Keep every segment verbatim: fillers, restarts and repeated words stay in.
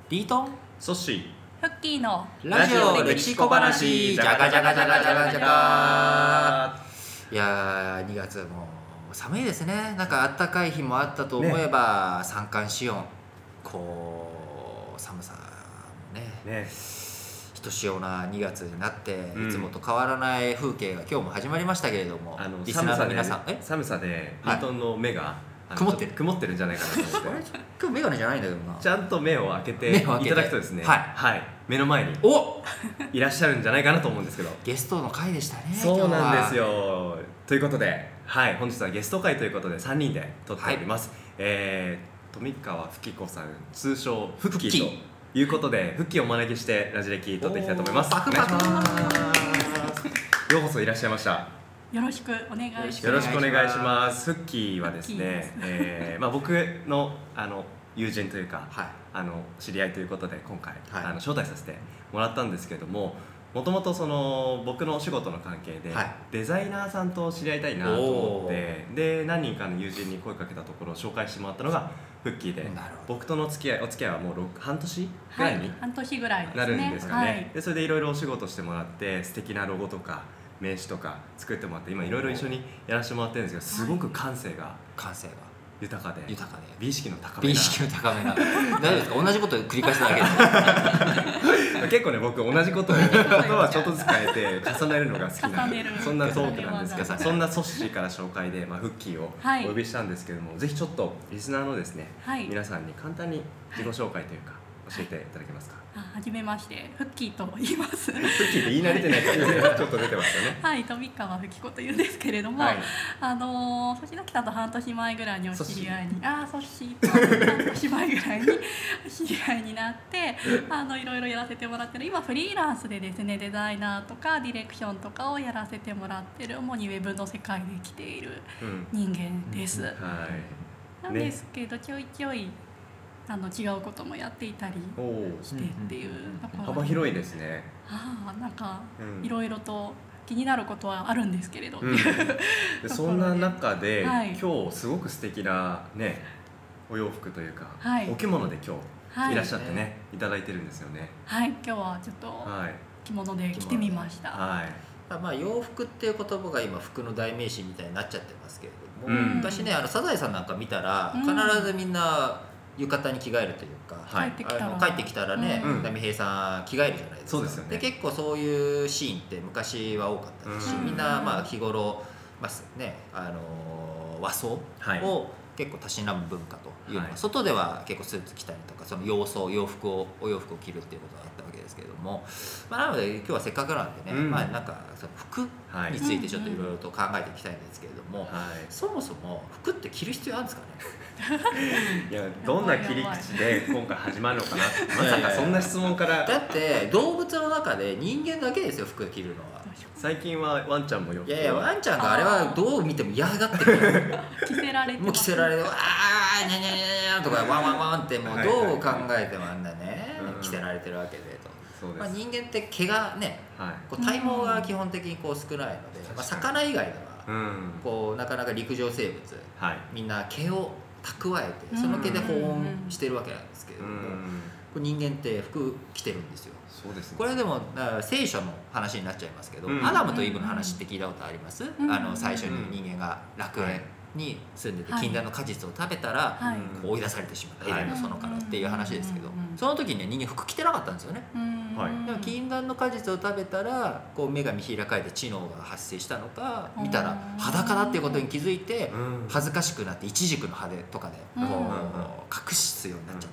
リートンソッシーフッキーのラジオ歴史小話じゃがじゃがじゃがじゃがじゃが。いやーにがつも寒いですね。なんか暖かい日もあったと思えば、ね、三寒四温こう寒さもねねひとしおなにがつになって、うん、いつもと変わらない風景が今日も始まりましたけれども、 あのリスナーの皆さんえ寒さでリートンの目が、はい、 曇ってる曇ってるんじゃないかなと思って今日メガネじゃないんだけどな。 ちゃんと目を開けていただくとですね、はいはい、目の前においらっしゃるんじゃないかなと思うんですけどゲストの回でしたね。 そうなんですよ。ということで、はい、本日はゲスト回ということでさんにんで撮っております、はい、えー、富川ふきこさん通称フッキーということでフッキーをお招きしてラジ歴撮っていきたいと思います。 パクパクようこそいらっしゃいました。 よろしくお願いします。 よろしくお願いします。フッキーはですね、えーまあ、僕のあの友人というか、はい、あの知り合いということで今回、はい、あの招待させてもらったんですけれども、もともとその僕のお仕事の関係で、はい、デザイナーさんと知り合いたいなと思って、で何人かの友人に声かけたところ紹介してもらったのがフッキーで、僕との付き合いお付き合いはもう半年ぐらいに、はい、 半年ぐらいなるんですかね、 はい、 でそれでいろいろお仕事してもらって素敵なロゴとか名刺とか作ってもらって今いろいろ一緒にやらせてもらってるんですけど、すごく感性が感性が豊かで豊かで美意識の高めな美意識の高めな大丈夫ですか？同じことを繰り返すだけで結構ね僕同じことを言葉ちょっとずつ変えて重ねるのが好きなそんなトークなんですけど、そんなソッシーから紹介で、まあ、フッキーをお呼びしたんですけども、はい、ぜひちょっとリスナーのですね、はい、皆さんに簡単に自己紹介というか教えていただけますか？ あ、はじめまして、フッキーと言います。 フッキーって言い慣れてないからねちょっと出てますよね。 はい、富川ふきこと言うんですけれども、はい、あの粗品さんと半年前ぐらいにお知り合いに、あ、そしと半年前ぐらいにお知り合いになって、あのいろいろやらせてもらってる。今フリーランスでですね、デザイナーとかディレクションとかをやらせてもらってる、主にウェブの世界で生きている人間です。うん、はい。なんですけど、ね、ちょいちょい。あの違うこともやっていたりしてっていうところ、 幅広いですね。 ああ、なんかいろいろと気になることはあるんですけれど、うん、 でそんな中で、はい、今日すごく素敵なねお洋服というか、はい、お着物で今日いらっしゃってね、はい、いただいてるんですよね。 はい、今日はちょっと着物で着てみました。 はい。まあ、洋服っていう言葉が今服の代名詞みたいになっちゃってますけれども、うん、私ねあのサザエさんなんか見たら必ずみんな浴衣に着替えるというか、 はい、帰ってきたら帰ってきたらね、波平さん着替えるじゃないですか。 そうですよね。 で結構そういうシーンって昔は多かったですし、みんなまあ日頃、まあね、あの和装を結構たしなむ文化というのは、はい、外では結構スーツ着たりとかその洋装洋服をお洋服を着るっていうことがあったわけですけれども、まあ、なので今日はせっかくなんでね、うん、まあなんかその服についてちょっといろいろと考えていきたいんですけれども、はい、そもそも服って着る必要あるんですかね？ いやどんな切り口で今回始まるのかなってまさかそんな質問からだって動物の中で人間だけですよ服着るのは。 最近はワンちゃんもよく、 いやいやワンちゃんがあれはどう見ても嫌がってる着せられてもう着せられてわーにゃにゃにゃにゃとかワンワンワンってもうどう考えてもあんなね着せられてるわけでと。そうです。まあ、人間って毛がね、はい、こう体毛が基本的にこう少ないので、まあ、魚以外では、うん、こうなかなか陸上生物、はい、みんな毛を蓄えてその毛で保温してるわけなんですけれども、これ人間って服着てるんですよ。 そうですね、 これでも聖書の話になっちゃいますけど、うん、アダムとイブの話って聞いたことあります？うん、あの最初に人間が楽園に住んでて禁断の果実を食べたら、はい、こう追い出されてしまった、はい、エデンの園からっていう話ですけど、その時に、ね、人間服着てなかったんですよね。はい、でも禁断の果実を食べたらこう目が見開かれて知能が発生したのか見たら裸だっていうことに気づいて恥ずかしくなってイチジクの葉でとかでこう隠すようになっちゃった。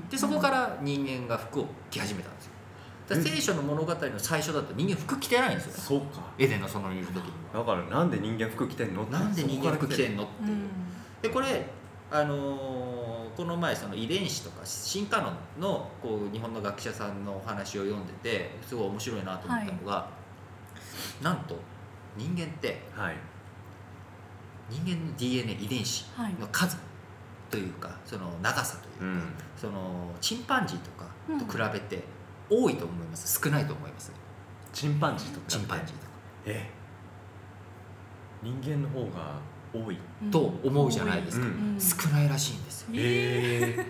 でそこから人間が服を着始めたんですよ。だ聖書の物語の最初だと人間服着てないんですよ。 そうか。 エデンの園にいる時には。だからなんで人間服着てんの？ なんで人間服着てんのっていう。でこれあのー、この前その遺伝子とか進化論のこう日本の学者さんのお話を読んでてすごい面白いなと思ったのが、はい、なんと人間って、はい、人間の ディーエヌエー 遺伝子の数というかその長さというか、うん、そのチンパンジーとかと比べて多いと思います？少ないと思います？ チンパンジーとかチンパンジーとかえ人間の方が多いと思うじゃないですか、うん、少ないらしいんですよ。 えー、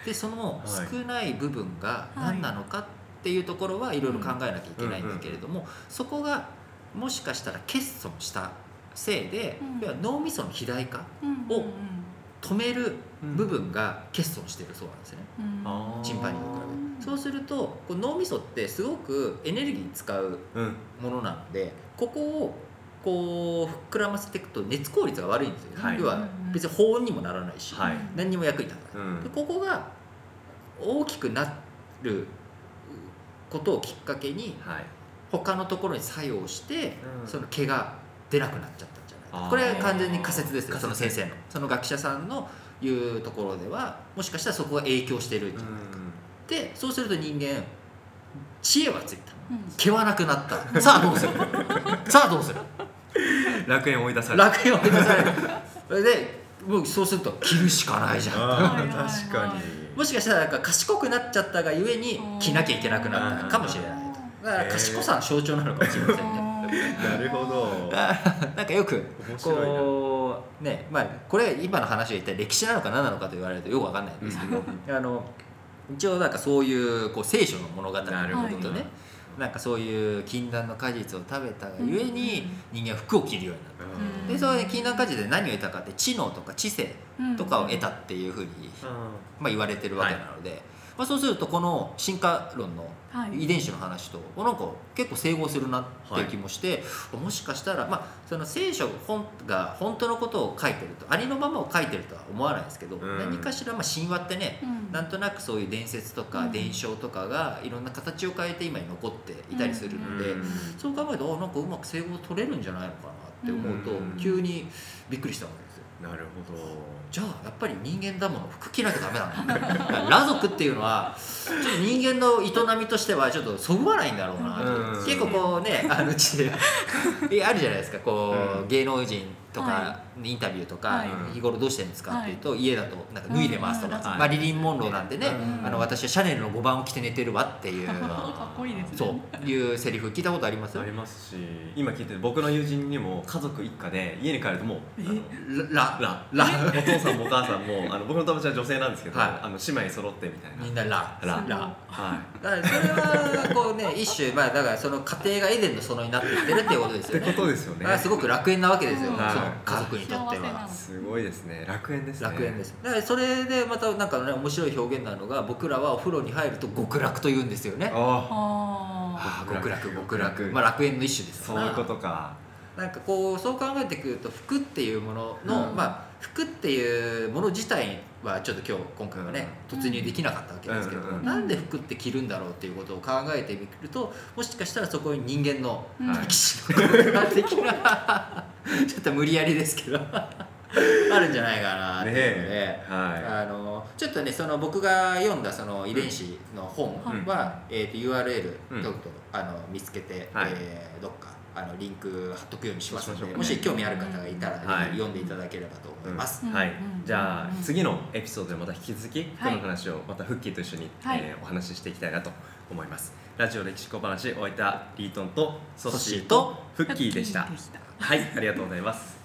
でその少ない部分が何なのかっていうところはいろいろ考えなきゃいけないんだけれども、そこがもしかしたら欠損したせいで、うん、要は脳みその肥大化を止める部分が欠損しているそうなんですよね、うん、チンパンジーと比べて。そうするとこう脳みそってすごくエネルギー使うものなので、ここをこう膨らませていくと熱効率が悪いんですよ、はい、要は別に保温にもならないし、はい、何にも役に立たない、うん、でここが大きくなることをきっかけに、はい、他のところに作用して、うん、その毛が出なくなっちゃったんじゃないか。これは完全に仮説ですよ、その先生のその学者さんの言うところではもしかしたらそこが影響してるんじゃないか、うん、でそうすると人間知恵はついた、うん、毛はなくなったさあどうするさあどうする楽園を追い出される楽園を追い出されるそれでもうそうすると着るしかないじゃん確かにもしかしたらなんか賢くなっちゃったがゆえに着なきゃいけなくなったかもしれないと。だから賢さの象徴なのかもしれませんねなるほどなんかよくこうね、まあこれ今の話が一体歴史なのか何なのかと言われるとよく分かんないんですけどあの一応なんかそういうこう聖書の物語のこととね、なんかそういう禁断の果実を食べたがゆえに人間は服を着るようになった、うん、でそういう禁断果実で何を得たかって知能とか知性とかを得たっていうふうに、まあ、言われてるわけなので、はい、まあ、そうするとこの進化論の遺伝子の話となんか結構整合するなっていう気もして、はい、もしかしたら、まあ、その聖書本が本当のことを書いてるとありのままを書いてるとは思わないですけど、うん、何かしらまあ神話ってね、うん、なんとなくそういう伝説とか伝承とかがいろんな形を変えて今に残っていたりするので、うん、そう考えるとなんかうまく整合取れるんじゃないのかなって思うと、うん、急にびっくりしたわけですよ。 なるほど。 じゃあやっぱり人間だもの服着なきゃダメなの裸族っていうのはちょっと人間の営みとしてはちょっとそぐわないんだろうなと、うん、結構こうねあのうちであるじゃないですかこう、うん、芸能人とか、はい、インタビューとか、はい、日頃どうしてるんですかっていうと、はい、家だとなんか脱いでますとか、はい、マリリン・モンローなんてね、はい、あの私はシャネルのごばんを着て寝てるわっていうかっこいいですねそういうセリフ聞いたことあります？ ありますし今聞いて僕の友人にも家族一家で家に帰るともうラララお父さんもお母さんもあの僕の友達は女性なんですけど、はい、あの姉妹揃ってみたいなみんなラララはい、だからそれはこうね一種、まあ、だからその家庭がエデンの園になっていってるっていうことですよねってことですよね。 だからすごく楽園なわけですよ、はい、その家族にとってはすごいですね。楽園ですね。 楽園です。だからそれでまたなんかね面白い表現なのが僕らはお風呂に入ると極楽と言うんですよね。ああ極楽極楽、まあ、楽園の一種ですよね。 そういうことか。 なんかこうそう考えてくると服っていうものの、うん、まあ服っていうもの自体はちょっと今日今回はね、うん、突入できなかったわけですけど、うん、なんで服って着るんだろうっていうことを考えてみるともしかしたらそこに人間の歴史の根源的なちょっと無理やりですけどあるんじゃないかなっていうので、ねはい、あのちょっとねその僕が読んだその遺伝子の本は、うんえー、と ユーアールエルどうぞ、うん、あの見つけて、はいえー、どっかあのリンク貼っとくようにしますので、もし興味ある方がいたら、ねはい、読んでいただければと思います、 うんはい、じゃあ次のエピソードでまた引き続きこの話をまたフッキーと一緒に、はいえー、お話ししていきたいなと思います。ラジオ歴史小話お相手はリートンとソッシーとフッキーでした。はい、ありがとうございます。